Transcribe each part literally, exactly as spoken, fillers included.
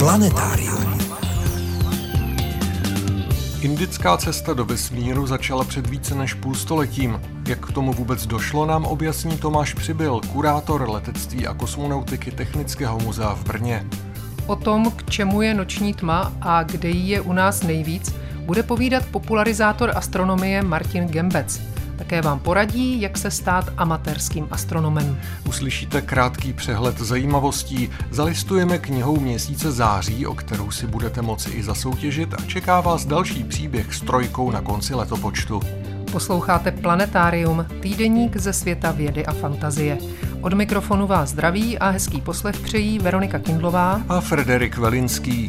Planetárium. Indická cesta do vesmíru začala před více než půlstoletím. Jak k tomu vůbec došlo, nám objasní Tomáš Přibyl, kurátor letectví a kosmonautiky Technického muzea v Brně. O tom, k čemu je noční tma a kde jí je u nás nejvíc, bude povídat popularizátor astronomie Martin Gembec. Také vám poradí, jak se stát amatérským astronomem. Uslyšíte krátký přehled zajímavostí, zalistujeme knihou měsíce září, o kterou si budete moci i zasoutěžit, a čeká vás další příběh s trojkou na konci letopočtu. Posloucháte Planetárium, týdeník ze světa vědy a fantazie. Od mikrofonu vás zdraví a hezký poslech přejí Veronika Kindlová a Frederik Velinský.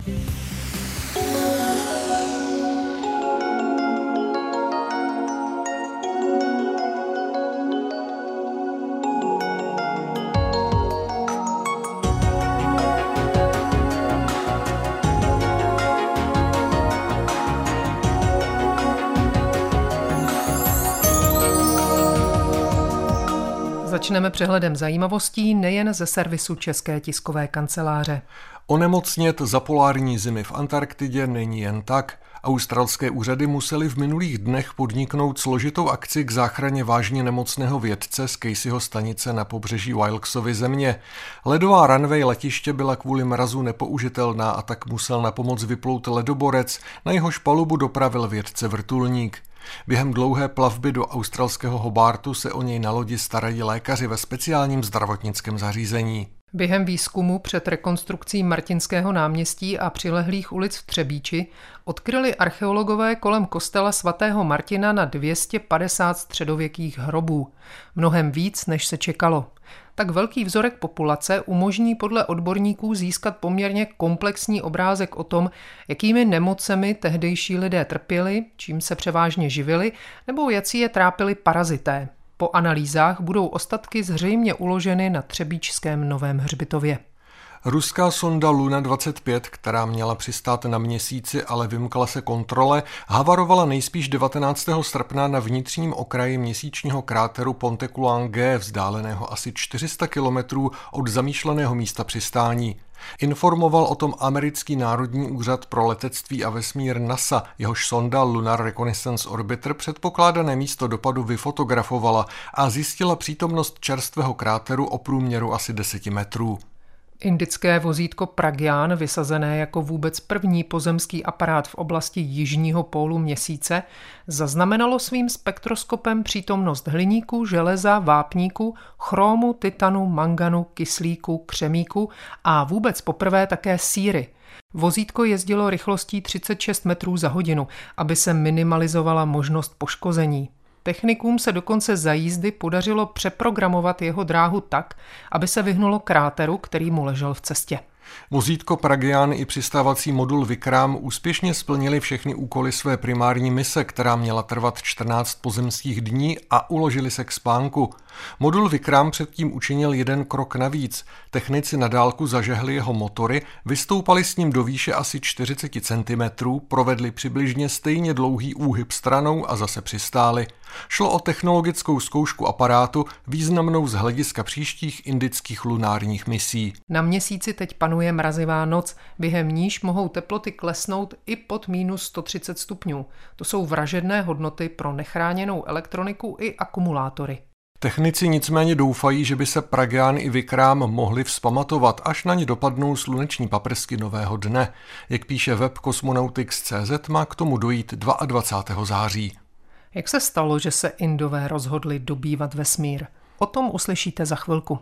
Začneme přehledem zajímavostí nejen ze servisu České tiskové kanceláře. Onemocnět za polární zimy v Antarktidě není jen tak. Australské úřady musely v minulých dnech podniknout složitou akci k záchraně vážně nemocného vědce z Caseyho stanice na pobřeží Wilkesovy země. Ledová runway letiště byla kvůli mrazu nepoužitelná a tak musel na pomoc vyplout ledoborec, na jehož palubu dopravil vědce vrtulník. Během dlouhé plavby do australského Hobartu se o něj na lodi starají lékaři ve speciálním zdravotnickém zařízení. Během výzkumu před rekonstrukcí Martinského náměstí a přilehlých ulic v Třebíči odkryli archeologové kolem kostela svatého Martina na dvě stě padesát středověkých hrobů. Mnohem víc, než se čekalo. Tak velký vzorek populace umožní podle odborníků získat poměrně komplexní obrázek o tom, jakými nemocemi tehdejší lidé trpěli, čím se převážně živili, nebo jací je trápili parazité. Po analýzách budou ostatky zřejmě uloženy na třebíčském Novém hřbitově. Ruská sonda Luna dvacet pět, která měla přistát na Měsíci, ale vymkla se kontrole, havarovala nejspíš devatenáctého srpna na vnitřním okraji měsíčního kráteru Pontéculin G, vzdáleného asi čtyři sta kilometrů od zamýšleného místa přistání. Informoval o tom americký Národní úřad pro letectví a vesmír NASA, jehož sonda Lunar Reconnaissance Orbiter předpokládané místo dopadu vyfotografovala a zjistila přítomnost čerstvého kráteru o průměru asi deseti metrů. Indické vozítko Pragyan, vysazené jako vůbec první pozemský aparát v oblasti jižního pólu Měsíce, zaznamenalo svým spektroskopem přítomnost hliníku, železa, vápníku, chromu, titanu, manganu, kyslíku, křemíku a vůbec poprvé také síry. Vozítko jezdilo rychlostí třicet šest metrů za hodinu, aby se minimalizovala možnost poškození. Technikům se dokonce za jízdy podařilo přeprogramovat jeho dráhu tak, aby se vyhnulo kráteru, který mu ležel v cestě. Vozítko Pragyan i přistávací modul Vikram úspěšně splnili všechny úkoly své primární mise, která měla trvat čtrnáct pozemských dní, a uložili se k spánku. Modul Vikram předtím učinil jeden krok navíc. Technici na dálku zažehli jeho motory, vystoupali s ním do výše asi čtyřicet centimetrů, provedli přibližně stejně dlouhý úhyb stranou a zase přistáli. Šlo o technologickou zkoušku aparátu, významnou z hlediska příštích indických lunárních misí. Na Měsíci teď panuje mrazivá noc, během níž mohou teploty klesnout i pod minus sto třicet stupňů. To jsou vražedné hodnoty pro nechráněnou elektroniku i akumulátory. Technici nicméně doufají, že by se Pragyan i Vikram mohli vzpamatovat, až na ně dopadnou sluneční paprsky nového dne. Jak píše web Cosmonautics tečka cé zet, má k tomu dojít dvacátého druhého září. Jak se stalo, že se Indové rozhodli dobývat vesmír? O tom uslyšíte za chvilku.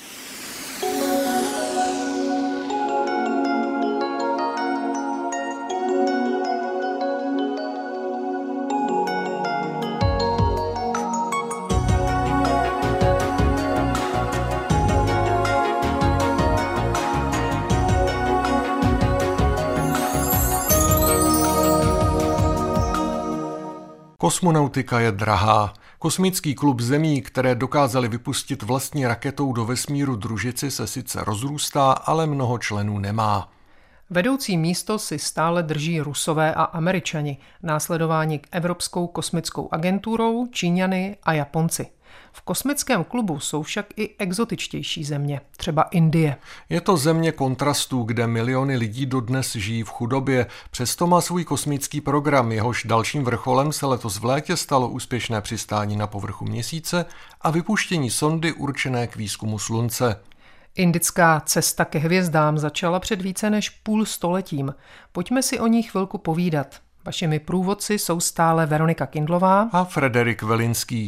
Kosmonautika je drahá. Kosmický klub zemí, které dokázaly vypustit vlastní raketou do vesmíru družici, se sice rozrůstá, ale mnoho členů nemá. Vedoucí místo si stále drží Rusové a Američani, následováni Evropskou kosmickou agenturou, Číňany a Japonci. V kosmickém klubu jsou však i exotičtější země, třeba Indie. Je to země kontrastů, kde miliony lidí dodnes žijí v chudobě. Přesto má svůj kosmický program, jehož dalším vrcholem se letos v létě stalo úspěšné přistání na povrchu Měsíce a vypuštění sondy určené k výzkumu Slunce. Indická cesta ke hvězdám začala před více než půl stoletím. Pojďme si o ní chvilku povídat. Vašimi průvodci jsou stále Veronika Kindlová a Frederik Velinský.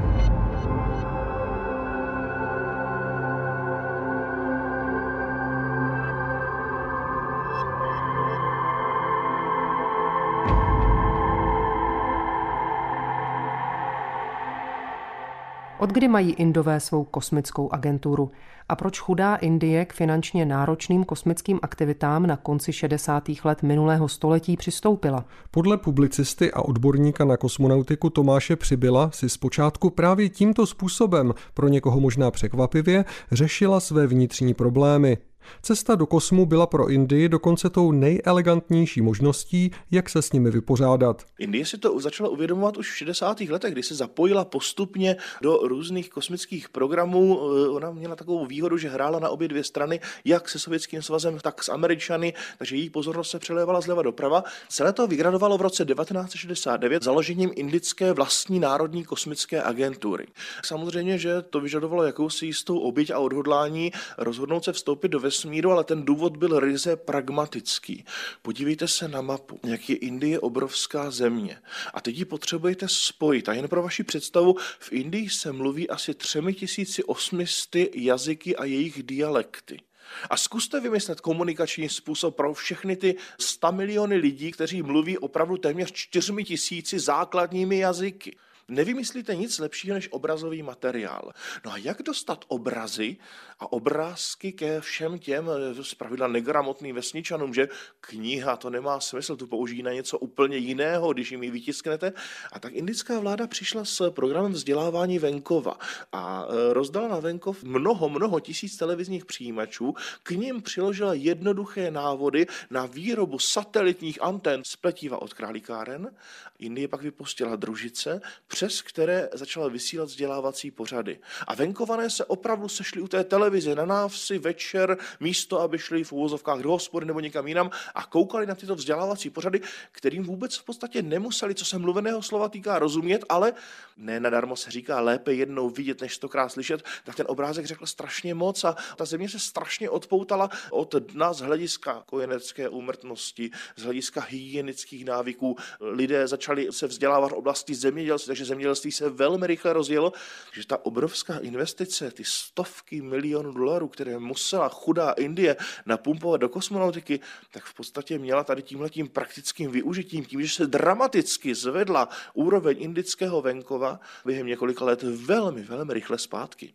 Odkdy mají Indové svou kosmickou agenturu? A proč chudá Indie k finančně náročným kosmickým aktivitám na konci šedesátých let minulého století přistoupila? Podle publicisty a odborníka na kosmonautiku Tomáše Přibyla si zpočátku právě tímto způsobem, pro někoho možná překvapivě, řešila své vnitřní problémy. Cesta do kosmu byla pro Indii dokonce tou nejelegantnější možností, jak se s nimi vypořádat. Indie si to začala uvědomovat už v šedesátých letech, kdy se zapojila postupně do různých kosmických programů. Ona měla takovou výhodu, že hrála na obě dvě strany, jak se Sovětským svazem, tak s Američany, takže její pozornost se přelévala zleva doprava. Celé to vygradovalo v roce devatenáct set šedesát devět založením indické vlastní národní kosmické agentury. Samozřejmě, že to vyžadovalo jakousi jistou oběť a odhodlání rozhodnout se vstoupit do vesmíru, ale ten důvod byl ryze pragmatický. Podívejte se na mapu, jak je Indie obrovská země. A teď ji potřebujete spojit. A jen pro vaši představu, v Indii se mluví asi třemi tisíci osmi sty jazyky a jejich dialekty. A zkuste vymyslet komunikační způsob pro všechny ty sto miliony lidí, kteří mluví opravdu téměř čtyřmi tisíci základními jazyky. Nevymyslíte nic lepšího než obrazový materiál. No a jak dostat obrazy a obrázky ke všem těm zpravidla negramotným vesničanům, že kniha to nemá smysl, tu použijí na něco úplně jiného, když jim ji vytisknete. A tak indická vláda přišla s programem vzdělávání venkova a rozdala na venkov mnoho, mnoho tisíc televizních přijímačů, k nim přiložila jednoduché návody na výrobu satelitních antén z pletiva od králíkáren. Indie pak vypustila družice, přes které začala vysílat vzdělávací pořady. A venkované se opravdu sešli u té televize na návsi večer, místo, aby šli v uvozovkách do hospody nebo někam jinam a koukali na tyto vzdělávací pořady, kterým vůbec v podstatě nemuseli, co se mluveného slova týká, rozumět, ale ne nadarmo se říká lépe jednou vidět, než stokrát slyšet, tak ten obrázek řekl strašně moc a ta země se strašně odpoutala od dna z hlediska kojenecké úmrtnosti, z hlediska hygienických návyků. Lidé začali se vzdělávat v oblasti zemědělství, takže zemědělství se velmi rychle rozjelo, že ta obrovská investice, ty stovky milionů dolarů, které musela chudá Indie napumpovat do kosmonautiky, tak v podstatě měla tady tímhletím praktickým využitím, tím, že se dramaticky zvedla úroveň indického venkova během několika let velmi, velmi rychle zpátky.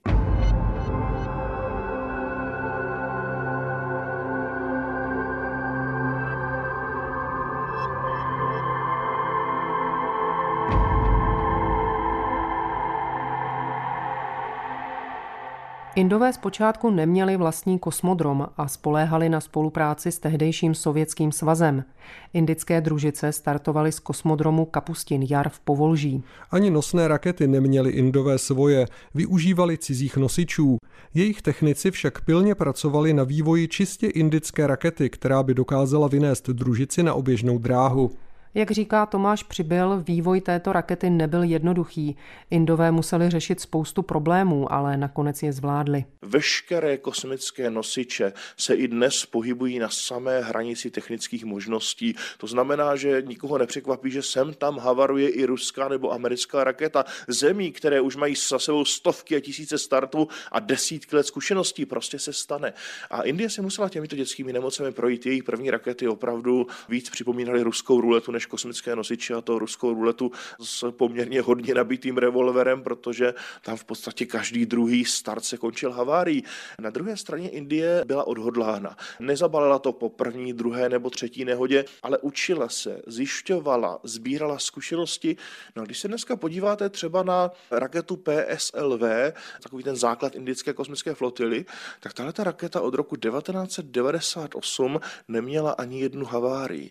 Indové zpočátku neměli vlastní kosmodrom a spoléhali na spolupráci s tehdejším Sovětským svazem. Indické družice startovaly z kosmodromu Kapustin Jar v Povolží. Ani nosné rakety neměli Indové svoje, využívali cizích nosičů. Jejich technici však pilně pracovali na vývoji čistě indické rakety, která by dokázala vynést družici na oběžnou dráhu. Jak říká Tomáš Přibyl, vývoj této rakety nebyl jednoduchý. Indové museli řešit spoustu problémů, ale nakonec je zvládli. Veškeré kosmické nosiče se i dnes pohybují na samé hranici technických možností. To znamená, že nikoho nepřekvapí, že sem tam havaruje i ruská nebo americká raketa. Zemí, které už mají za sebou stovky a tisíce startů a desítky let zkušeností, prostě se stane. A Indie se musela těmito dětskými nemocemi projít. Její první rakety opravdu víc připomínaly ruskou ruletu než kosmické nosiče, a to ruskou ruletu s poměrně hodně nabitým revolverem, protože tam v podstatě každý druhý start se končil havárií. Na druhé straně Indie byla odhodlána. Nezabalila to po první, druhé nebo třetí nehodě, ale učila se, zjišťovala, sbírala zkušenosti. No, když se dneska podíváte třeba na raketu P S L V, takový ten základ indické kosmické flotily, tak tahle ta raketa od roku devatenáct set devadesát osm neměla ani jednu havárii.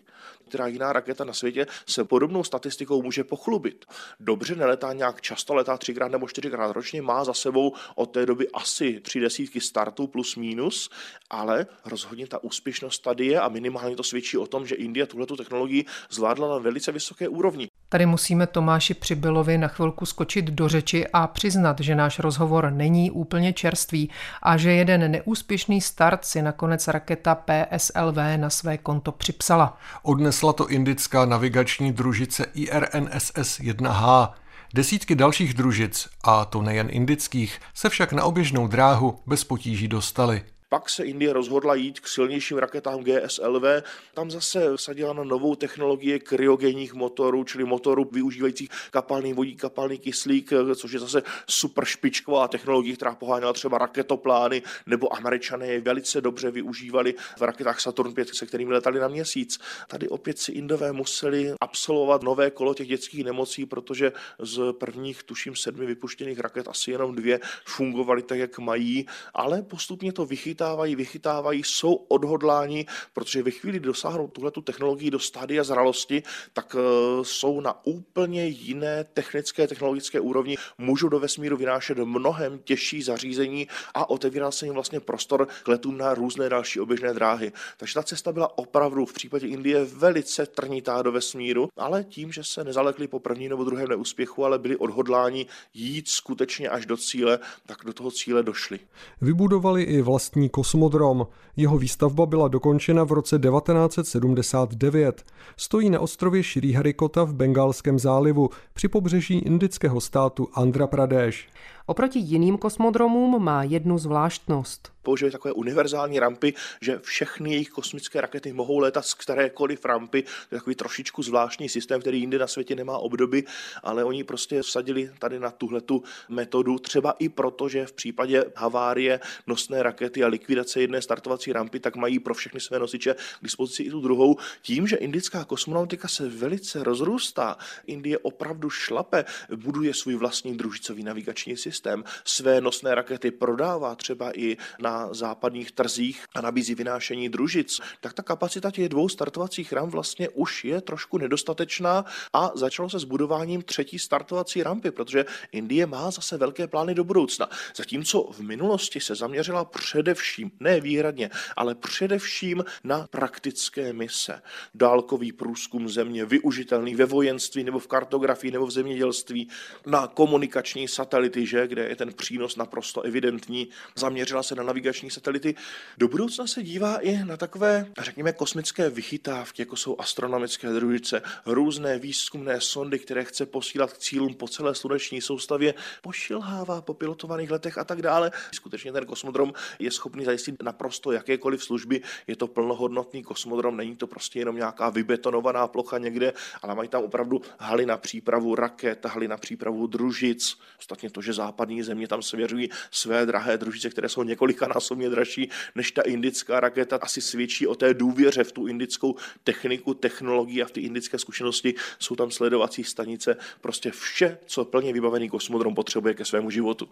která jiná raketa na světě se podobnou statistikou může pochlubit. Dobře neletá nějak často, letá třikrát nebo čtyřikrát ročně, má za sebou od té doby asi tři desítky startů plus minus, ale rozhodně ta úspěšnost tady je a minimálně to svědčí o tom, že Indie tuhletu technologii zvládla na velice vysoké úrovni. Tady musíme Tomáši Přibylovi na chvilku skočit do řeči a přiznat, že náš rozhovor není úplně čerstvý a že jeden neúspěšný start si nakonec raketa P S L V na své konto připsala. Odnesla to indická navigační družice I R N S S jedna H. Desítky dalších družic, a to nejen indických, se však na oběžnou dráhu bez potíží dostaly. Pak se Indie rozhodla jít k silnějším raketám G S L V. Tam zase vsadila na novou technologii kryogenních motorů, čili motorů využívajících kapalný vodík, kapalný kyslík, což je zase super špičková technologie, která poháněla třeba raketoplány, nebo Američané je velice dobře využívali v raketách Saturn pět, se kterými letali na měsíc. Tady opět si Indové museli absolvovat nové kolo těch dětských nemocí, protože z prvních, tuším, sedmi vypuštěných raket asi jenom dvě fungovaly tak, jak mají, ale postupně to vychytali. Vychytávají, vychytávají, jsou odhodláni, protože ve chvíli dosáhnou tuhletu technologii do stádia zralosti, tak uh, jsou na úplně jiné technické, technologické úrovni, můžou do vesmíru vynášet mnohem těžší zařízení a otevírá se jim vlastně prostor k letům na různé další oběžné dráhy. Takže ta cesta byla opravdu v případě Indie velice trnitá do vesmíru, ale tím, že se nezalekli po první nebo druhém neúspěchu, ale byli odhodláni jít skutečně až do cíle, tak do toho cíle došli. Vybudovali i vlastní kosmodrom. Jeho výstavba byla dokončena v roce devatenáct set sedmdesát devět. Stojí na ostrově Šriharikota v Bengálském zálivu při pobřeží indického státu Andhra Pradesh. Oproti jiným kosmodromům má jednu zvláštnost. Používají takové univerzální rampy, že všechny jejich kosmické rakety mohou létat z kterékoliv rampy. To je takový trošičku zvláštní systém, který jinde na světě nemá obdoby, ale oni prostě vsadili tady na tuhletu metodu, třeba i proto, že v případě havárie nosné rakety a likvidace jedné startovací rampy, tak mají pro všechny své nosiče k dispozici i tu druhou. Tím, že indická kosmonautika se velice rozrůstá, Indie opravdu šlape, buduje svůj vlastní družicový navigační systém, své nosné rakety prodává třeba i na západních trzích a nabízí vynášení družic, tak ta kapacita těch dvou startovacích ramp vlastně už je trošku nedostatečná a začalo se s budováním třetí startovací rampy, protože Indie má zase velké plány do budoucna. Zatímco v minulosti se zaměřila především, ne výhradně, ale především na praktické mise. Dálkový průzkum země, využitelný ve vojenství nebo v kartografii nebo v zemědělství, na komunikační satelity, že, kde je ten přínos naprosto evidentní. Zaměřila se na navigační satelity. Do budoucna se dívá i na takové, řekněme, kosmické vychytávky, jako jsou astronomické družice, různé výzkumné sondy, které chce posílat k cílům po celé sluneční soustavě, pošilhává po pilotovaných letech a tak dále. Skutečně ten kosmodrom je schopný zajistit naprosto jakékoliv služby. Je to plnohodnotný kosmodrom, není to prostě jenom nějaká vybetonovaná plocha někde, ale mají tam opravdu haly na přípravu raket, haly na přípravu družic. Ostatně to, že západní země tam svěřují své drahé družice, které jsou několika násobně dražší než ta indická raketa, asi svědčí o té důvěře v tu indickou techniku, technologii a v ty indické zkušenosti. Jsou tam sledovací stanice, prostě vše, co plně vybavený kosmodrom potřebuje ke svému životu.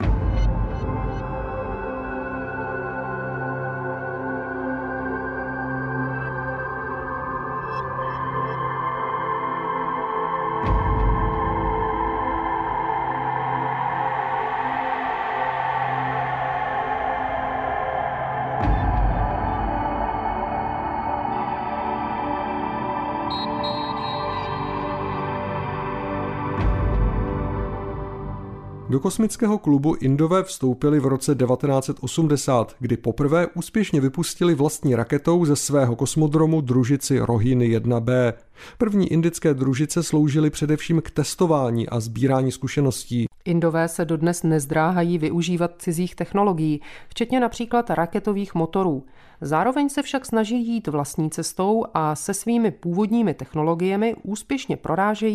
Do kosmického klubu Indové vstoupili v roce devatenáct set osmdesát, kdy poprvé úspěšně vypustili vlastní raketou ze svého kosmodromu družici Rohini jedna bé. První indické družice sloužily především k testování a sbírání zkušeností. Indové se dodnes nezdráhají využívat cizích technologií, včetně například raketových motorů. Zároveň se však snaží jít vlastní cestou a se svými původními technologiemi úspěšně prorážejí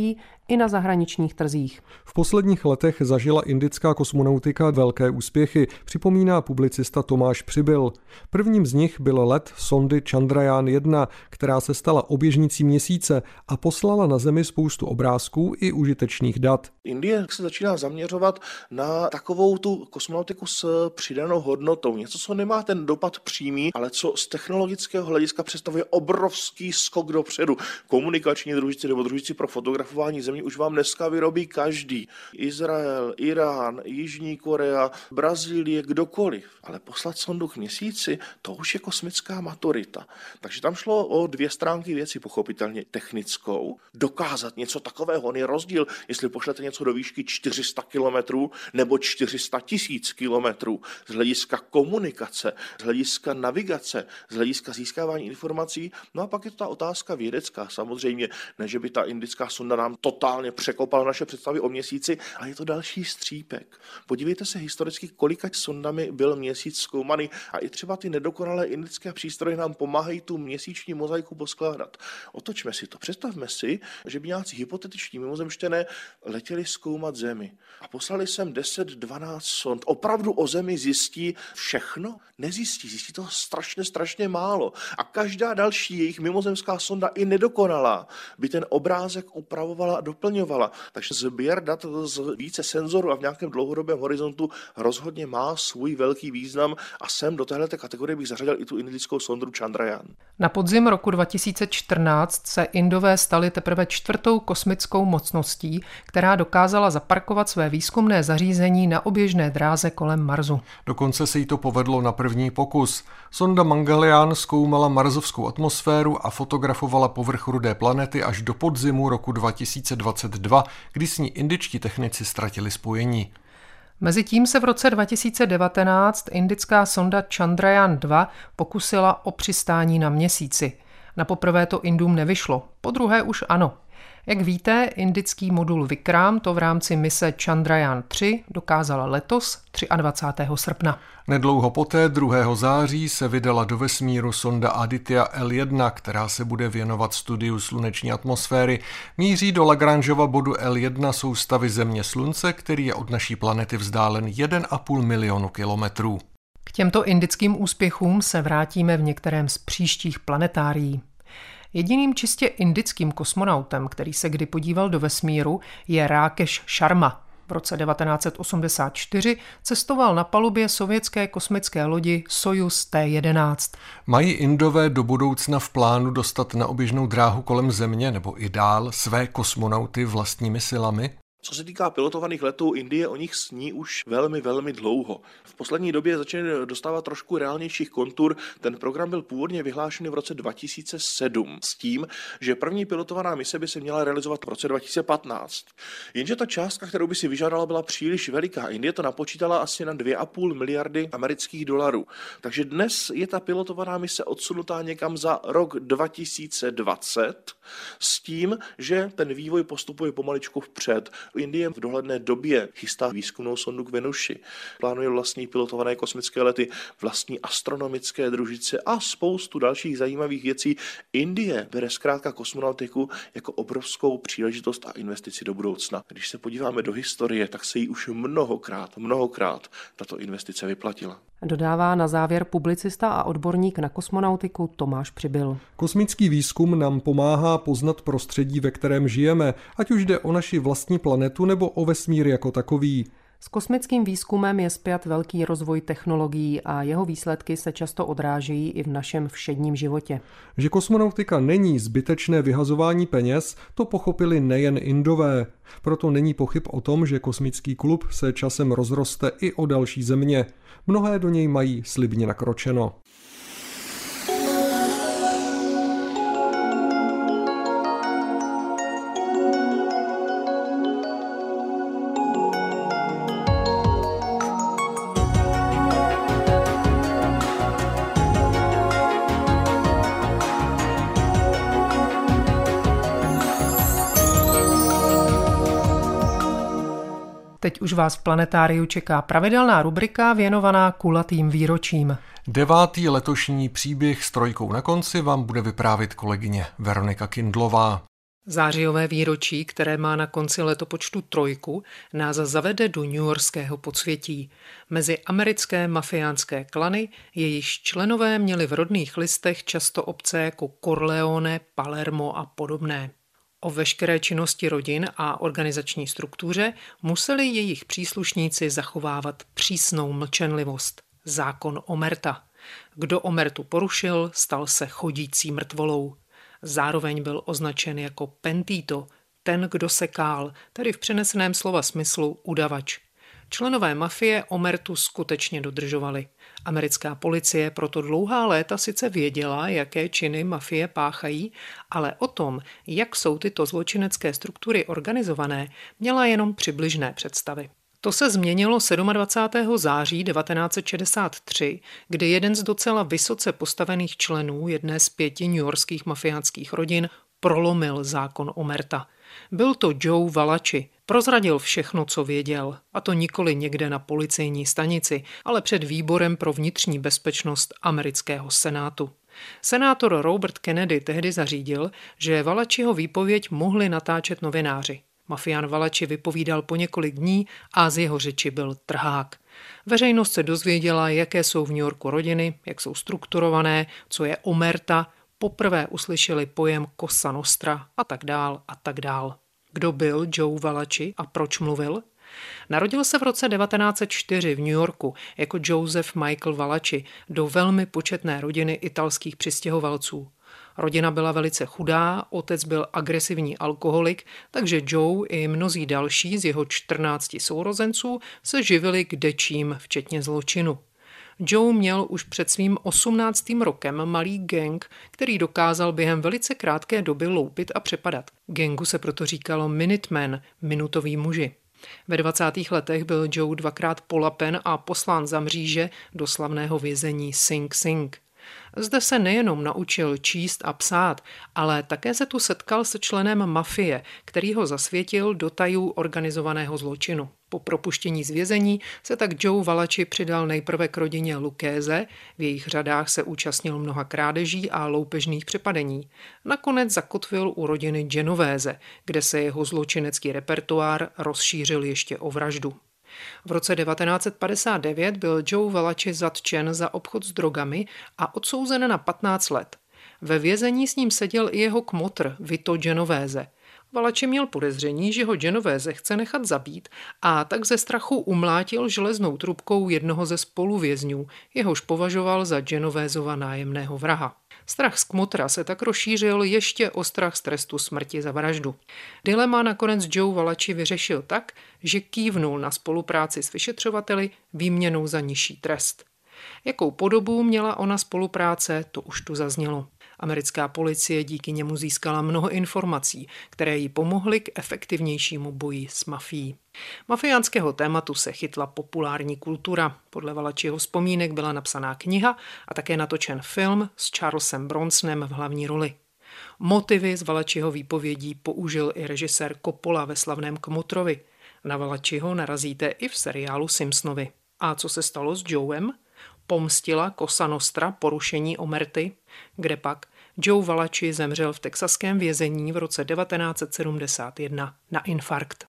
i na zahraničních trzích. V posledních letech zažila indická kosmonautika velké úspěchy, připomíná publicista Tomáš Přibyl. Prvním z nich byl let sondy Chandrayaan jedna, která se stala oběžnicí měsíce a poslala na Zemi spoustu obrázků i užitečných dat. Indie se začíná zaměřovat na takovou tu kosmonautiku s přidanou hodnotou. Něco, co nemá ten dopad přímý, ale co z technologického hlediska představuje obrovský skok dopředu. Komunikační družici nebo družici pro fotografování Země už vám dneska vyrobí každý. Izrael, Irán, Jižní Korea, Brazílie, kdokoliv. Ale poslat sondu k měsíci, to už je kosmická maturita. Takže tam šlo o dvě stránky věci, pochopitelně technickou. Dokázat něco takového, on je rozdíl, jestli pošlete něco do výšky čtyři sta kilometrů nebo čtyři sta tisíc kilometrů. Z hlediska komunikace, z hlediska navigace, z hlediska získávání informací. No a pak je to ta otázka vědecká. Samozřejmě, ne, že by ta indická sonda nám totálně překopala naše představy o měsíci, ale je to další střípek. Podívejte se historicky, kolika sondami byl měsíc zkoumaný a i třeba ty nedokonalé indické přístroje nám pomáhají tu měsíční mozaiku poskládat. Otočme si to. Představme si, že by nějací hypotetiční mimozemštěné letěli zkoumat Zemi a poslali sem deset dvanáct sond. Opravdu o Zemi zjistí všechno? Nezjistí, zjistí toho strašně, strašně málo. A každá další jejich mimozemská sonda i nedokonalá by ten obrázek upravovala a doplňovala. Takže sběr dat z více senzorů a v nějakém dlouhodobém horizontu rozhodně má svůj velký význam a sem do téhleté kategorie bych zařadil i tu indickou sondu Chandrayaan. Na podzim roku dva tisíce čtrnáct se Indové stali teprve čtvrtou kosmickou mocností, která dokázala zaparkovat své výzkumné zařízení na oběžné dráze kolem Marsu. Dokonce se jí to povedlo na první pokus. Sonda Mangalyaan zkoumala marsovskou atmosféru a fotografovala povrch rudé planety až do podzimu roku dva tisíce dvacet dva, kdy s ní indičtí technici ztratili spojení. Mezitím se v roce dva tisíce devatenáct indická sonda Chandrayaan dva pokusila o přistání na Měsíci. Napoprvé to Indům nevyšlo, podruhé už ano. Jak víte, indický modul Vikram to v rámci mise Chandrayaan tři dokázala letos dvacátého třetího srpna. Nedlouho poté, druhého září, se vydala do vesmíru sonda Aditya L jedna, která se bude věnovat studiu sluneční atmosféry. Míří do Lagrangeova bodu L jedna soustavy Země Slunce, který je od naší planety vzdálen jeden a půl milionu kilometrů. K těmto indickým úspěchům se vrátíme v některém z příštích planetárií. Jediným čistě indickým kosmonautem, který se kdy podíval do vesmíru, je Rakesh Sharma. V roce devatenáct set osmdesát čtyři cestoval na palubě sovětské kosmické lodi Sojuz T jedenáct. Mají Indové do budoucna v plánu dostat na oběžnou dráhu kolem Země nebo i dál své kosmonauty vlastními silami? Co se týká pilotovaných letů, Indie o nich sní už velmi, velmi dlouho. V poslední době začíná dostávat trošku reálnějších kontur. Ten program byl původně vyhlášený v roce dva tisíce sedm s tím, že první pilotovaná mise by se měla realizovat v roce dva tisíce patnáct. Jenže ta částka, kterou by si vyžádala, byla příliš veliká. Indie to napočítala asi na dvě a půl miliardy amerických dolarů. Takže dnes je ta pilotovaná mise odsunutá někam za rok dva tisíce dvacet s tím, že ten vývoj postupuje pomaličku vpřed. Indie v dohledné době chystá výzkumnou sondu k Venuši. Plánuje vlastní pilotované kosmické lety, vlastní astronomické družice a spoustu dalších zajímavých věcí. Indie bere zkrátka kosmonautiku jako obrovskou příležitost a investici do budoucna. Když se podíváme do historie, tak se jí už mnohokrát, mnohokrát tato investice vyplatila. Dodává na závěr publicista a odborník na kosmonautiku Tomáš Přibyl. Kosmický výzkum nám pomáhá poznat prostředí, ve kterém žijeme, ať už jde o naši vlastní planetu nebo o vesmír jako takový. S kosmickým výzkumem je spjat velký rozvoj technologií a jeho výsledky se často odrážejí i v našem všedním životě. Že kosmonautika není zbytečné vyhazování peněz, to pochopili nejen Indové. Proto není pochyb o tom, že kosmický klub se časem rozroste i o další země. Mnohé do něj mají slibně nakročeno. Teď už vás v planetáriu čeká pravidelná rubrika věnovaná kulatým výročím. Devátý letošní příběh s trojkou na konci vám bude vyprávět kolegyně Veronika Kindlová. Zářijové výročí, které má na konci letopočtu trojku, nás zavede do newyorského podsvětí. Mezi americké mafiánské klany, jejichž členové měli v rodných listech často obce jako Corleone, Palermo a podobné. O veškeré činnosti rodin a organizační struktuře museli jejich příslušníci zachovávat přísnou mlčenlivost. Zákon omerta. Kdo omertu porušil, stal se chodící mrtvolou. Zároveň byl označen jako pentito, ten, kdo sekál, tedy v přeneseném slova smyslu udavač. Členové mafie omertu skutečně dodržovali. Americká policie proto dlouhá léta sice věděla, jaké činy mafie páchají, ale o tom, jak jsou tyto zločinecké struktury organizované, měla jenom přibližné představy. To se změnilo dvacátého sedmého září devatenáct set šedesát tři, kdy jeden z docela vysoce postavených členů jedné z pěti newyorských mafiánských rodin prolomil zákon omerta. Byl to Joe Valachi. Prozradil všechno, co věděl, a to nikoli někde na policejní stanici, ale před výborem pro vnitřní bezpečnost amerického senátu. Senátor Robert Kennedy tehdy zařídil, že Valachiho výpověď mohli natáčet novináři. Mafián Valachi vypovídal po několik dní a z jeho řeči byl trhák. Veřejnost se dozvěděla, jaké jsou v New Yorku rodiny, jak jsou strukturované, co je omerta, poprvé uslyšeli pojem Cosa Nostra a tak dál a tak dál. Kdo byl Joe Valachi a proč mluvil? Narodil se v roce devatenáct set čtyři v New Yorku jako Joseph Michael Valachi do velmi početné rodiny italských přistěhovalců. Rodina byla velice chudá, otec byl agresivní alkoholik, takže Joe i mnozí další z jeho čtrnácti sourozenců se živili kdečím, včetně zločinu. Joe měl už před svým osmnáctým rokem malý gang, který dokázal během velice krátké doby loupit a přepadat. Gangu se proto říkalo Minutemen, minutoví muži. Ve dvacátých letech byl Joe dvakrát polapen a poslán za mříže do slavného vězení Sing Sing. Zde se nejenom naučil číst a psát, ale také se tu setkal se členem mafie, který ho zasvětil do tajů organizovaného zločinu. Po propuštění z vězení se tak Joe Valachi přidal nejprve k rodině Lucchese, v jejich řadách se účastnil mnoha krádeží a loupežných přepadení. Nakonec zakotvil u rodiny Genovese, kde se jeho zločinecký repertoár rozšířil ještě o vraždu. V roce devatenáct set padesát devět byl Joe Valachi zatčen za obchod s drogami a odsouzen na patnáct let. Ve vězení s ním seděl i jeho kmotr Vito Genovese. Valachi měl podezření, že ho Genovese chce nechat zabít, a tak ze strachu umlátil železnou trubkou jednoho ze spoluvězňů, jehož považoval za Genovesova nájemného vraha. Strach z kmotra se tak rozšířil ještě o strach z trestu smrti za vraždu. Dilema nakonec Joe Valachi vyřešil tak, že kývnul na spolupráci s vyšetřovateli výměnou za nižší trest. Jakou podobu měla ona spolupráce, to už tu zaznělo. Americká policie díky němu získala mnoho informací, které jí pomohly k efektivnějšímu boji s mafií. Mafiánského tématu se chytla populární kultura. Podle Valachiho vzpomínek byla napsaná kniha a také natočen film s Charlesem Bronsonem v hlavní roli. Motivy z Valachiho výpovědí použil i režisér Coppola ve slavném Kmotrovi. Na Valachiho narazíte i v seriálu Simpsonovi. A co se stalo s Joem? Pomstila Cosa Nostra porušení omerty? Kdepak? Joe Valachi zemřel v texaském vězení v roce devatenáct set sedmdesát jedna na infarkt.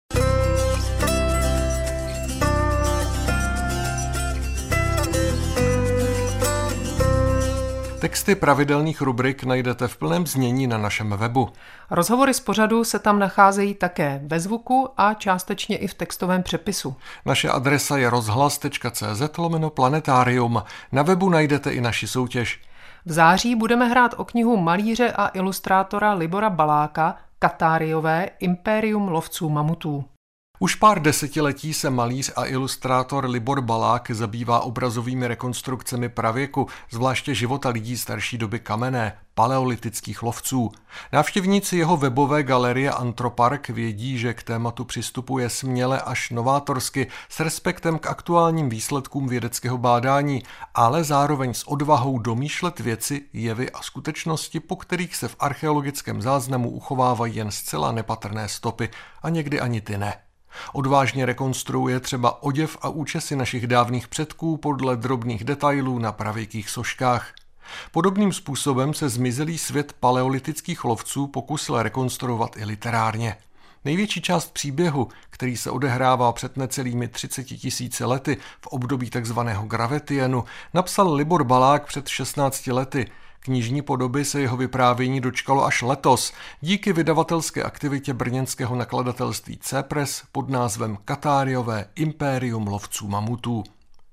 Texty pravidelných rubrik najdete v plném znění na našem webu. Rozhovory z pořadu se tam nacházejí také ve zvuku a částečně i v textovém přepisu. Naše adresa je rozhlas tečka cé zet lomeno planetarium. Na webu najdete i naši soutěž. V září budeme hrát o knihu malíře a ilustrátora Libora Baláka Katáriové Impérium lovců mamutů. Už pár desetiletí se malíř a ilustrátor Libor Balák zabývá obrazovými rekonstrukcemi pravěku, zvláště života lidí starší doby kamenné, paleolitických lovců. Návštěvníci jeho webové galerie Antropark vědí, že k tématu přistupuje směle až novátorsky, s respektem k aktuálním výsledkům vědeckého bádání, ale zároveň s odvahou domýšlet věci, jevy a skutečnosti, po kterých se v archeologickém záznamu uchovávají jen zcela nepatrné stopy a někdy ani ty ne. Odvážně rekonstruuje třeba oděv a účesy našich dávných předků podle drobných detailů na pravěkých soškách. Podobným způsobem se zmizelý svět paleolitických lovců pokusil rekonstruovat i literárně. Největší část příběhu, který se odehrává před necelými třiceti tisíci lety v období takzvaného Gravetienu, napsal Libor Balák před šestnácti lety. Knižní podoby se jeho vyprávění dočkalo až letos díky vydavatelské aktivitě brněnského nakladatelství C-Press pod názvem Katáriové impérium lovců mamutů.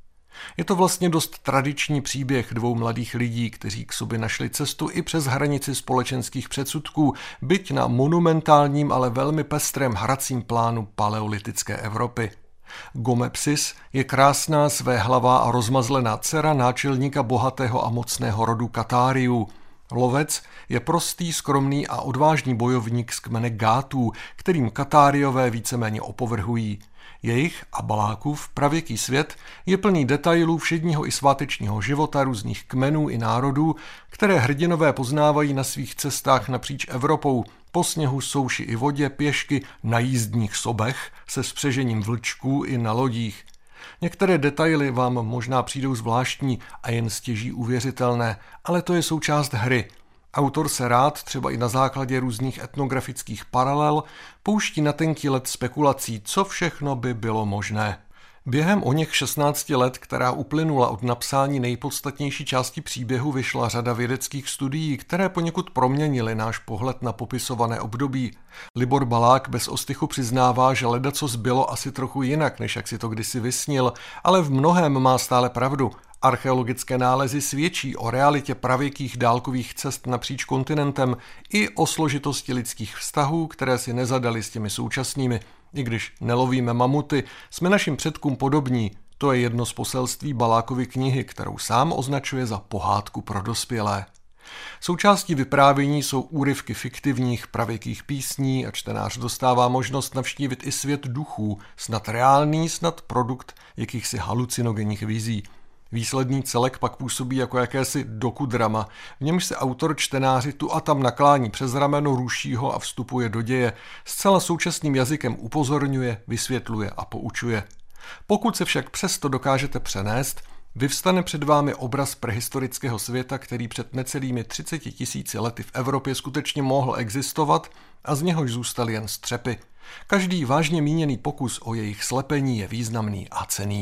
Je to vlastně dost tradiční příběh dvou mladých lidí, kteří k sobě našli cestu i přes hranici společenských předsudků, byť na monumentálním, ale velmi pestrém hracím plánu paleolitické Evropy. Gomepsis je krásná, svéhlavá a rozmazlená dcera náčelníka bohatého a mocného rodu Katáriů. Lovec je prostý, skromný a odvážný bojovník z kmene Gátů, kterým Katáriové víceméně opovrhují. Jejich a Balákův pravěký svět je plný detailů všedního i svátečního života různých kmenů i národů, které hrdinové poznávají na svých cestách napříč Evropou, po sněhu, souši i vodě, pěšky, na jízdních sobech se spřežením vlčků i na lodích. Některé detaily vám možná přijdou zvláštní a jen stěží uvěřitelné, ale to je součást hry. Autor se rád, třeba i na základě různých etnografických paralel, pouští na tenký led spekulací, co všechno by bylo možné. Během oněch šestnácti let, která uplynula od napsání nejpodstatnější části příběhu, vyšla řada vědeckých studií, které poněkud proměnily náš pohled na popisované období. Libor Balák bez ostychu přiznává, že ledacos bylo asi trochu jinak, než jak si to kdysi vysnil, ale v mnohém má stále pravdu. Archeologické nálezy svědčí o realitě pravěkých dálkových cest napříč kontinentem i o složitosti lidských vztahů, které si nezadaly s těmi současnými. I když nelovíme mamuty, jsme našim předkům podobní. To je jedno z poselství Balákovy knihy, kterou sám označuje za pohádku pro dospělé. Součástí vyprávění jsou úryvky fiktivních pravěkých písní a čtenář dostává možnost navštívit i svět duchů, snad reálný, snad produkt jakýchsi halucinogenních vizí. Výsledný celek pak působí jako jakési dokudrama, v němž se autor čtenáři tu a tam naklání přes rameno, ruší ho a vstupuje do děje, zcela současným jazykem upozorňuje, vysvětluje a poučuje. Pokud se však přesto dokážete přenést, vyvstane před vámi obraz prehistorického světa, který před necelými třiceti tisíci lety v Evropě skutečně mohl existovat a z něhož zůstaly jen střepy. Každý vážně míněný pokus o jejich slepení je významný a cenný.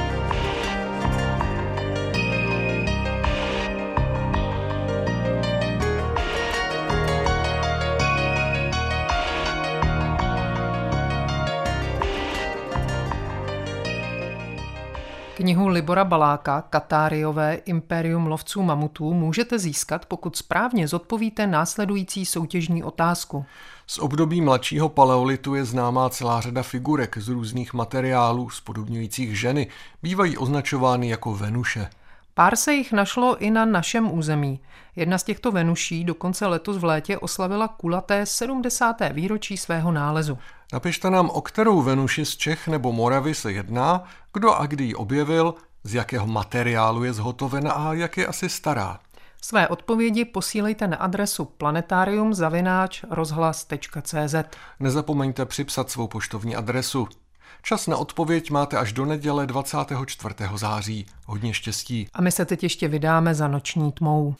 Knihu Libora Baláka Katáriové impérium lovců mamutů můžete získat, pokud správně zodpovíte následující soutěžní otázku. Z období mladšího paleolitu je známá celá řada figurek z různých materiálů spodobňujících ženy. Bývají označovány jako Venuše. Pár se jich našlo i na našem území. Jedna z těchto Venuší dokonce letos v létě oslavila kulaté sedmdesáté výročí svého nálezu. Napište nám, o kterou Venuši z Čech nebo Moravy se jedná, kdo a kdy ji objevil, z jakého materiálu je zhotovena a jak je asi stará. Své odpovědi posílejte na adresu planetarium zavináč rozhlas tečka cé zet. Nezapomeňte připsat svou poštovní adresu. Čas na odpověď máte až do neděle dvacátého čtvrtého září. Hodně štěstí. A my se teď ještě vydáme za noční tmou.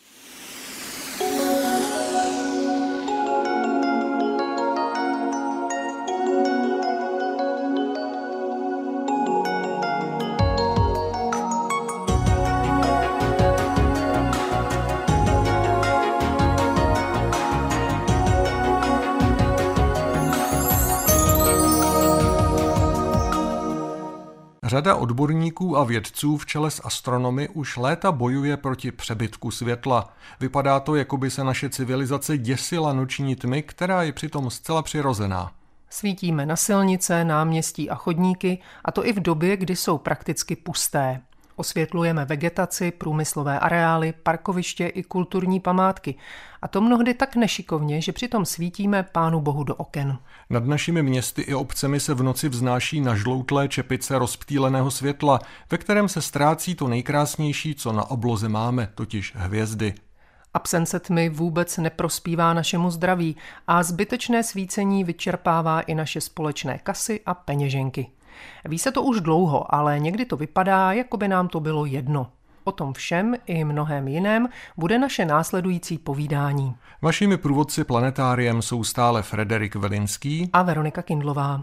Řada odborníků a vědců v čele s astronomy už léta bojuje proti přebytku světla. Vypadá to, jako by se naše civilizace děsila noční tmy, která je přitom zcela přirozená. Svítíme na silnice, náměstí a chodníky, a to i v době, kdy jsou prakticky pusté. Osvětlujeme vegetaci, průmyslové areály, parkoviště i kulturní památky. A to mnohdy tak nešikovně, že přitom svítíme Pánu Bohu do oken. Nad našimi městy i obcemi se v noci vznáší nažloutlé čepice rozptýleného světla, ve kterém se ztrácí to nejkrásnější, co na obloze máme, totiž hvězdy. Absence tmy vůbec neprospívá našemu zdraví a zbytečné svícení vyčerpává i naše společné kasy a peněženky. Ví se to už dlouho, ale někdy to vypadá, jako by nám to bylo jedno. O tom všem i mnohém jiném bude naše následující povídání. Vašimi průvodci planetáriem jsou stále Frederik Velinský a Veronika Kindlová.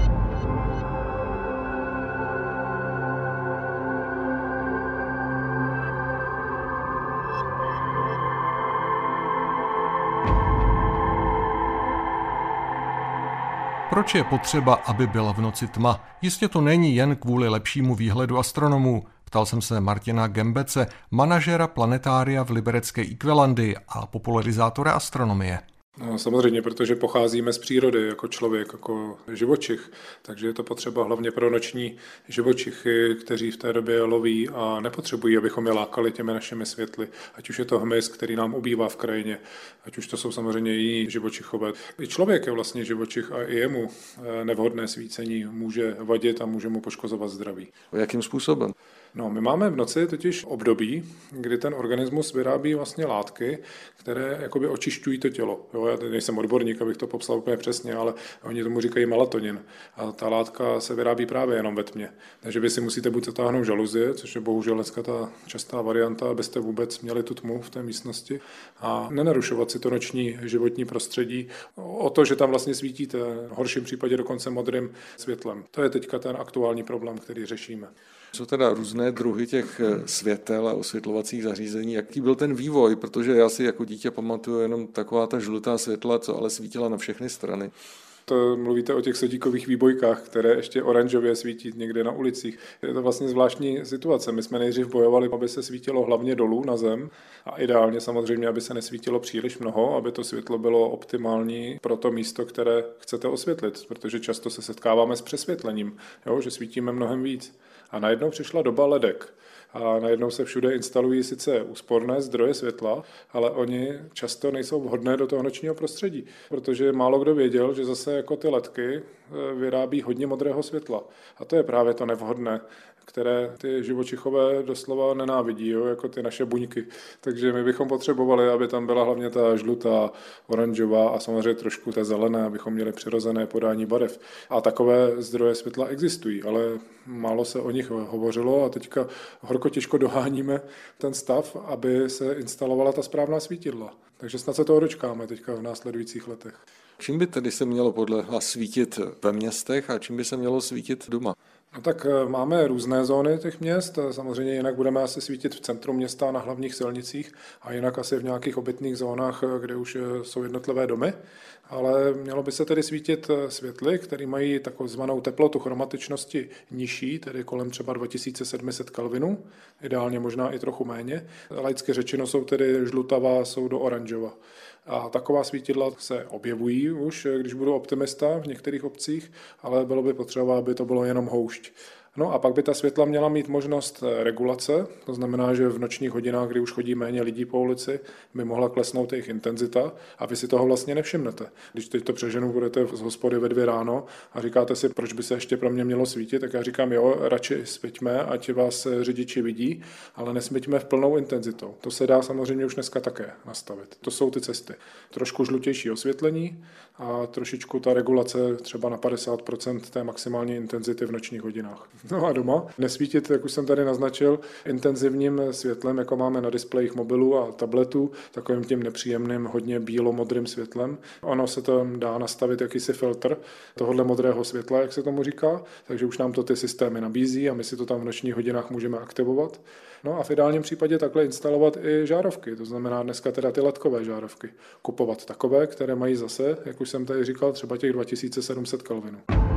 Proč je potřeba, aby byla v noci tma? Jistě to není jen kvůli lepšímu výhledu astronomů. Ptal jsem se Martina Gembece, manažera planetária v liberecké Ikvelandii a popularizátora astronomie. No, samozřejmě, protože pocházíme z přírody jako člověk, jako živočich, takže je to potřeba hlavně pro noční živočichy, kteří v té době loví a nepotřebují, abychom je lákali těmi našimi světly. Ať už je to hmyz, který nám ubývá v krajině, ať už to jsou samozřejmě jiní živočichové. I člověk je vlastně živočich a i jemu nevhodné svícení může vadit a může mu poškozovat zdraví. Jakým způsobem? No, my máme v noci totiž období, kdy ten organismus vyrábí vlastně látky, které jakoby očišťují to tělo. Jo, já nejsem odborník, abych to popsal úplně přesně, ale oni tomu říkají melatonin. A ta látka se vyrábí právě jenom ve tmě. Takže vy si musíte buď zatáhnout žaluzie, což je bohužel dneska ta častá varianta, abyste vůbec měli tu tmu v té místnosti a nenarušovat si to noční životní prostředí o to, že tam vlastně svítíte, v horším případě dokonce modrým světlem. To je teďka ten aktuální problém, který řešíme. Jsou teda různé druhy těch světel a osvětlovacích zařízení. Jaký byl ten vývoj? Protože já si jako dítě pamatuju jenom taková ta žlutá světla, co ale svítila na všechny strany. To mluvíte o těch sodíkových výbojkách, které ještě oranžově svítí někde na ulicích. Je to vlastně zvláštní situace. My jsme nejdřív bojovali, aby se svítilo hlavně dolů na zem a ideálně samozřejmě, aby se nesvítilo příliš mnoho, aby to světlo bylo optimální pro to místo, které chcete osvětlit, protože často se setkáváme s přesvětlením, jo, že svítíme mnohem víc. A najednou přišla doba ledek. A najednou se všude instalují sice úsporné zdroje světla, ale oni často nejsou vhodné do toho nočního prostředí, protože málo kdo věděl, že zase jako ty ledky vyrábí hodně modrého světla. A to je právě to nevhodné, které ty živočichové doslova nenávidí, jo, jako ty naše buňky. Takže my bychom potřebovali, aby tam byla hlavně ta žlutá, oranžová a samozřejmě trošku ta zelená, abychom měli přirozené podání barev. A takové zdroje světla existují, ale málo se o nich hovořilo a teďka horko těžko doháníme ten stav, aby se instalovala ta správná svítidla. Takže snad se toho dočkáme teďka v následujících letech. Čím by tedy se mělo podle vás svítit ve městech a čím by se mělo svítit doma? No tak máme různé zóny těch měst, samozřejmě jinak budeme asi svítit v centru města na hlavních silnicích a jinak asi v nějakých obytných zónách, kde už jsou jednotlivé domy, ale mělo by se tedy svítit světly, které mají takzvanou teplotu chromatičnosti nižší, tedy kolem třeba dva tisíce sedm set kelvinů, ideálně možná i trochu méně. Laicky řečeno jsou tedy žlutavá, jsou do oranžova. A taková svítidla se objevují už, když budu optimista v některých obcích, ale bylo by potřeba, aby to bylo jenom houšť. No a pak by ta světla měla mít možnost regulace, to znamená, že v nočních hodinách, kdy už chodí méně lidí po ulici, by mohla klesnout jejich intenzita a vy si toho vlastně nevšimnete. Když teď to přeženu, budete z hospody ve dvě ráno a říkáte si, proč by se ještě pro mě mělo svítit, tak já říkám, jo, radši svíťme, ať vás řidiči vidí, ale nesvíťme v plnou intenzitou. To se dá samozřejmě už dneska také nastavit. To jsou ty cesty. Trošku žlutější osvětlení a trošičku ta regulace třeba na padesát procent té maximální intenzity v nočních hodinách. No a doma nesvítit, jak už jsem tady naznačil, intenzivním světlem, jako máme na displejích mobilů a tabletů, takovým tím nepříjemným, hodně bílo-modrým světlem. Ono se to dá nastavit jakýsi filtr tohohle modrého světla, jak se tomu říká, takže už nám to ty systémy nabízí a my si to tam v nočních hodinách můžeme aktivovat. No a v ideálním případě takhle instalovat i žárovky, to znamená dneska teda ty ledkové žárovky. Kupovat takové, které mají zase, jak už jsem tady říkal, třeba těch dva tisíce sedm set kelvinů.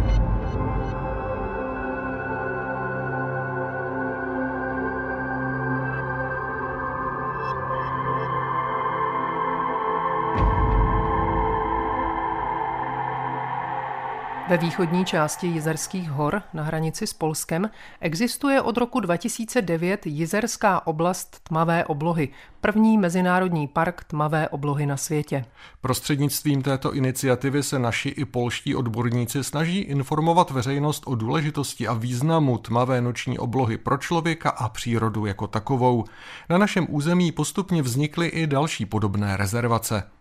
Ve východní části Jizerských hor na hranici s Polskem existuje od roku dva tisíce devět Jizerská oblast tmavé oblohy, první mezinárodní park tmavé oblohy na světě. Prostřednictvím této iniciativy se naši i polští odborníci snaží informovat veřejnost o důležitosti a významu tmavé noční oblohy pro člověka a přírodu jako takovou. Na našem území postupně vznikly i další podobné rezervace.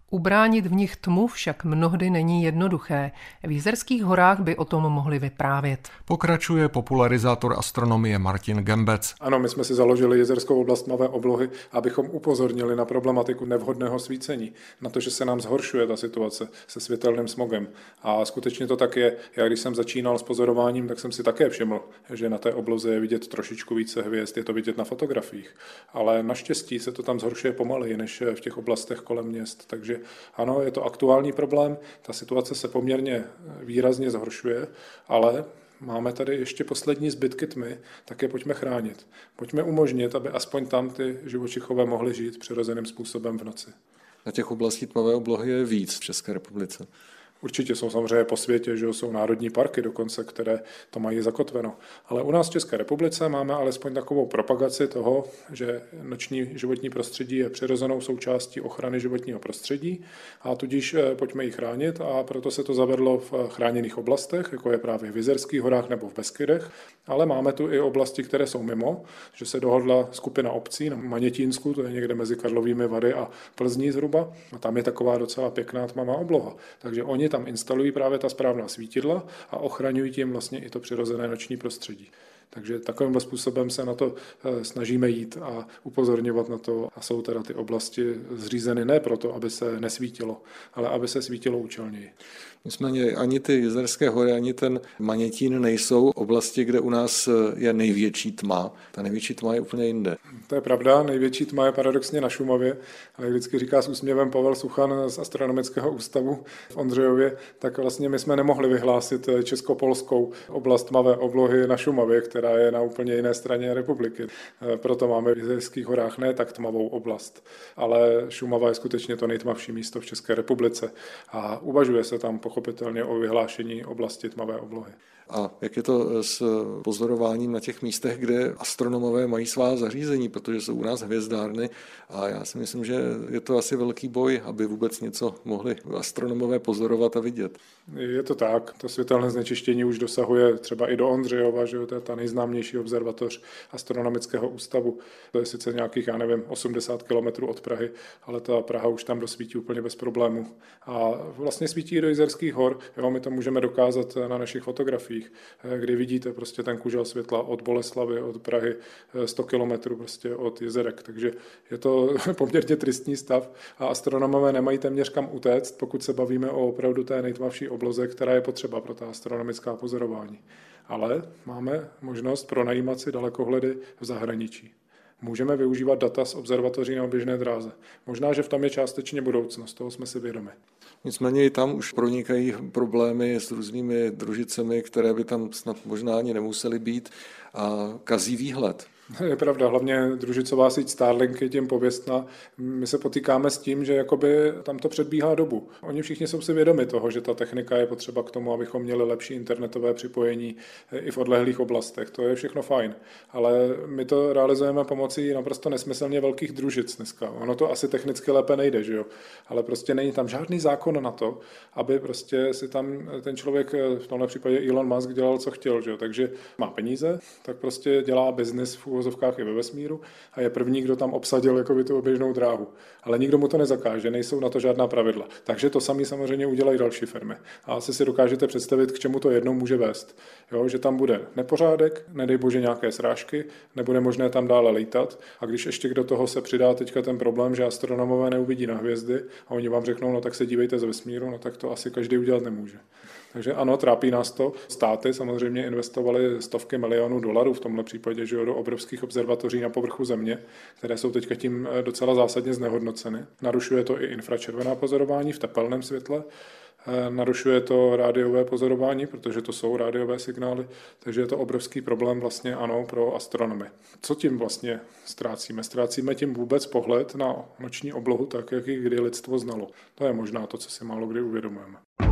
Ubránit v nich tmu však mnohdy není jednoduché. V Jizerských horách by o tom mohli vyprávět. Pokračuje popularizátor astronomie Martin Gembec. Ano, my jsme si založili Jizerskou oblast tmavé oblohy, abychom upozornili na problematiku nevhodného svícení, na to, že se nám zhoršuje ta situace se světelným smogem. A skutečně to tak je. Já když jsem začínal s pozorováním, tak jsem si také všiml, že na té obloze je vidět trošičku více hvězd, je to vidět na fotografiích. Ale naštěstí se to tam zhoršuje pomaleji než v těch oblastech kolem měst, takže ano, je to aktuální problém, ta situace se poměrně výrazně zhoršuje, ale máme tady ještě poslední zbytky tmy, tak je pojďme chránit. Pojďme umožnit, aby aspoň tam ty živočichové mohli žít přirozeným způsobem v noci. Na těch oblastí tmavé oblohy je víc v České republice. Určitě jsou samozřejmě po světě, že jsou národní parky dokonce, které to mají zakotveno. Ale u nás v České republice máme alespoň takovou propagaci toho, že noční životní prostředí je přirozenou součástí ochrany životního prostředí a tudíž pojďme ji chránit a proto se to zavedlo v chráněných oblastech, jako je právě v Jizerských horách nebo v Beskydech, ale máme tu i oblasti, které jsou mimo, že se dohodla skupina obcí na Manětínsku, to je někde mezi Karlovými Vary a Plzní zhruba, a tam je taková docela pěkná tmavá obloha. Takže oni tam instalují právě ta správná svítidla a ochraňují tím vlastně i to přirozené noční prostředí. Takže takovýmhle způsobem se na to snažíme jít a upozorňovat na to. A jsou teda ty oblasti zřízeny ne proto, aby se nesvítilo, ale aby se svítilo účelněji. Nicméně ani ty Jizerské hory, ani ten Manětín nejsou oblasti, kde u nás je největší tma. Ta největší tma je úplně jinde. To je pravda, největší tma je paradoxně na Šumavě, ale vždycky říká s úsměvem Pavel Suchan z Astronomického ústavu v Ondřejově, tak vlastně my jsme nemohli vyhlásit českopolskou oblast tmavé oblohy na Šumavě, která je na úplně jiné straně republiky. Proto máme v Jizerských horách ne tak tmavou oblast, ale Šumava je skutečně to nejtmavší místo v České republice a uvažuje se tam pochopitelně o vyhlášení oblasti tmavé oblohy. A jak je to s pozorováním na těch místech, kde astronomové mají svá zařízení, protože jsou u nás hvězdárny a já si myslím, že je to asi velký boj, aby vůbec něco mohli astronomové pozorovat a vidět. Je to tak, to světelné znečištění už dosahuje třeba i do Ondřejova, že to je ta nejznámější observatoř Astronomického ústavu. To je sice nějakých, já nevím, osmdesát kilometrů od Prahy, ale ta Praha už tam dosvítí úplně bez problémů. A vlastně svítí i do Jizerských hor, jo, my to můžeme dokázat na našich fotografiích, kdy vidíte prostě ten kužel světla od Boleslavy, od Prahy, sto kilometrů prostě od Jizerek. Takže je to poměrně tristní stav a astronomové nemají téměř kam utéct, pokud se bavíme o opravdu té nejtmavší obloze, která je potřeba pro ta astronomická pozorování. Ale máme možnost pronajímat si dalekohledy v zahraničí. Můžeme využívat data z observatoří na oběžné dráze. Možná, že v tom je částečně budoucnost, toho jsme si vědomi. Nicméně i tam už pronikají problémy s různými družicemi, které by tam snad možná ani nemusely být a kazí výhled. Je pravda, hlavně družicová síť Starlink je tím pověstná. My se potýkáme s tím, že jakoby tam to předbíhá dobu. Oni všichni jsou si vědomi toho, že ta technika je potřeba k tomu, abychom měli lepší internetové připojení i v odlehlých oblastech. To je všechno fajn. Ale my to realizujeme pomocí naprosto nesmyslně velkých družic dneska. Ono to asi technicky lépe nejde, že jo? Ale prostě není tam žádný zákon na to, aby prostě si tam ten člověk, v tomhle případě Elon Musk, dělal, co chtěl, že jo? Takže má peníze, tak prostě dělá biznis v uvozovkách i ve vesmíru a je první, kdo tam obsadil jakoby tu oběžnou dráhu. Ale nikdo mu to nezakáže, nejsou na to žádná pravidla. Takže to samé samozřejmě udělají další firmy. A asi si dokážete představit, k čemu to jednou může vést. Jo, že tam bude nepořádek, nedej bože nějaké srážky, nebude možné tam dále lítat. A když ještě do toho se přidá teďka ten problém, že astronomové neuvidí na hvězdy a oni vám řeknou, no tak se dívejte z vesmíru, no tak to asi každý udělat nemůže. Takže ano, trápí nás to. Státy samozřejmě investovaly stovky milionů dolarů v tomhle případě, že jo, do obrovských observatoří na povrchu Země, které jsou teďka tím docela zásadně znehodnoceny. Narušuje to i infračervená pozorování v tepelném světle, narušuje to rádiové pozorování, protože to jsou rádiové signály, takže je to obrovský problém vlastně ano pro astronomy. Co tím vlastně ztrácíme? Ztrácíme tím vůbec pohled na noční oblohu tak, jak ji kdy lidstvo znalo. To je možná to, co si málo kdy uvědomujeme.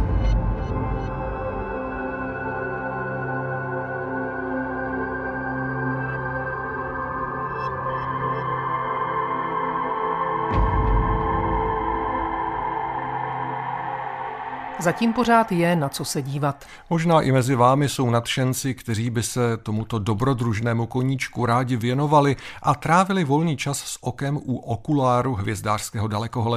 Zatím pořád je na co se dívat. Možná i mezi vámi jsou nadšenci, kteří by se tomuto dobrodružnému koníčku rádi věnovali a trávili volný čas s okem u okuláru hvězdářského dalekohledu.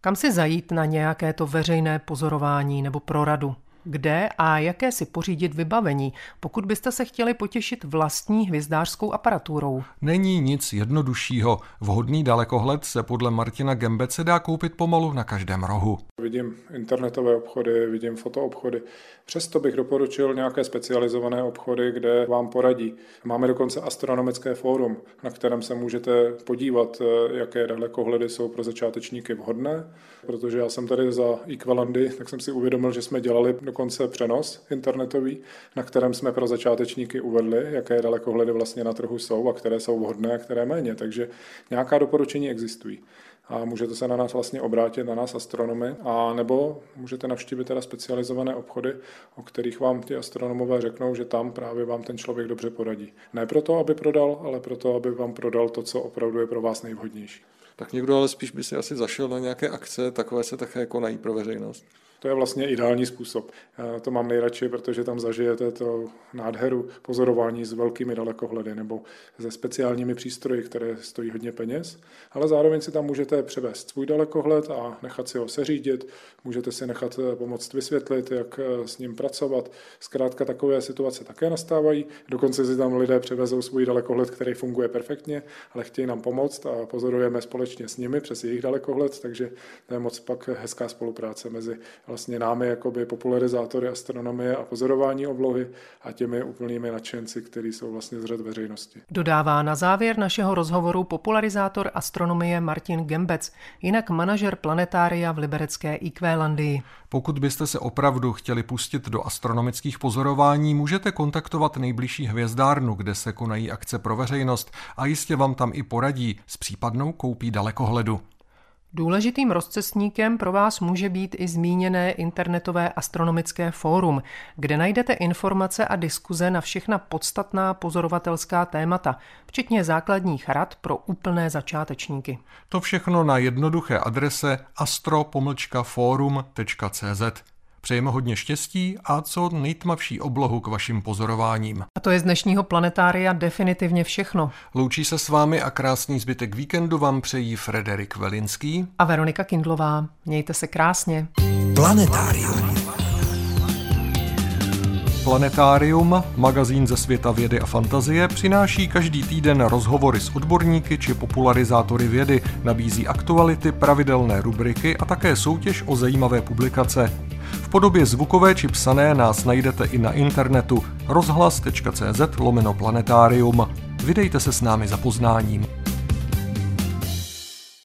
Kam si zajít na nějaké to veřejné pozorování nebo proradu? Kde a jaké si pořídit vybavení, pokud byste se chtěli potěšit vlastní hvězdářskou aparaturou? Není nic jednoduššího. Vhodný dalekohled se podle Martina Gembece dá koupit pomalu na každém rohu. Vidím internetové obchody, vidím fotoobchody. Přesto bych doporučil nějaké specializované obchody, kde vám poradí. Máme dokonce astronomické fórum, na kterém se můžete podívat, jaké dalekohledy jsou pro začátečníky vhodné. Protože já jsem tady za Equalandy, tak jsem si uvědomil, že jsme dělali dokonce přenos internetový, na kterém jsme pro začátečníky uvedli, jaké dalekohledy vlastně na trhu jsou a které jsou vhodné a které méně. Takže nějaká doporučení existují. A můžete se na nás vlastně obrátit, na nás astronomy, a nebo můžete navštívit teda specializované obchody, o kterých vám ti astronomové řeknou, že tam právě vám ten člověk dobře poradí. Ne proto, aby prodal, ale proto, aby vám prodal to, co opravdu je pro vás nejvhodnější. Tak někdo ale spíš by si asi zašel na nějaké akce, takové se také konají pro veřejnost. To je vlastně ideální způsob. Já to mám nejradši, protože tam zažijete to nádheru pozorování s velkými dalekohledy nebo se speciálními přístroji, které stojí hodně peněz, ale zároveň si tam můžete převést svůj dalekohled a nechat si ho seřídit, můžete si nechat pomoct vysvětlit, jak s ním pracovat. Zkrátka takové situace také nastávají. Dokonce si tam lidé převezou svůj dalekohled, který funguje perfektně, ale chtějí nám pomoct a pozorujeme společně s nimi přes jejich dalekohled, takže to je moc pak hezká spolupráce mezi vlastně námi jakoby popularizátory astronomie a pozorování oblohy a těmi úplnými nadšenci, kteří jsou vlastně z řad veřejnosti. Dodává na závěr našeho rozhovoru popularizátor astronomie Martin Gembec, jinak manažer planetária v liberecké Equalandii. Pokud byste se opravdu chtěli pustit do astronomických pozorování, můžete kontaktovat nejbližší hvězdárnu, kde se konají akce pro veřejnost, a jistě vám tam i poradí s případnou koupí dalekohledu. Důležitým rozcestníkem pro vás může být i zmíněné internetové astronomické fórum, kde najdete informace a diskuze na všechna podstatná pozorovatelská témata, včetně základních rad pro úplné začátečníky. To všechno na jednoduché adrese astro forum tečka cé zet. Přejeme hodně štěstí a co nejtmavší oblohu k vašim pozorováním. A to je z dnešního planetária definitivně všechno. Loučí se s vámi a krásný zbytek víkendu vám přejí Frederik Velinský a Veronika Kindlová. Mějte se krásně. Planetárium. Planetárium, magazín ze světa vědy a fantazie, přináší každý týden rozhovory s odborníky či popularizátory vědy, nabízí aktuality, pravidelné rubriky a také soutěž o zajímavé publikace. V podobě zvukové či psané nás najdete i na internetu rozhlas tečka cé zet lomeno planetárium. Vydejte se s námi za poznáním.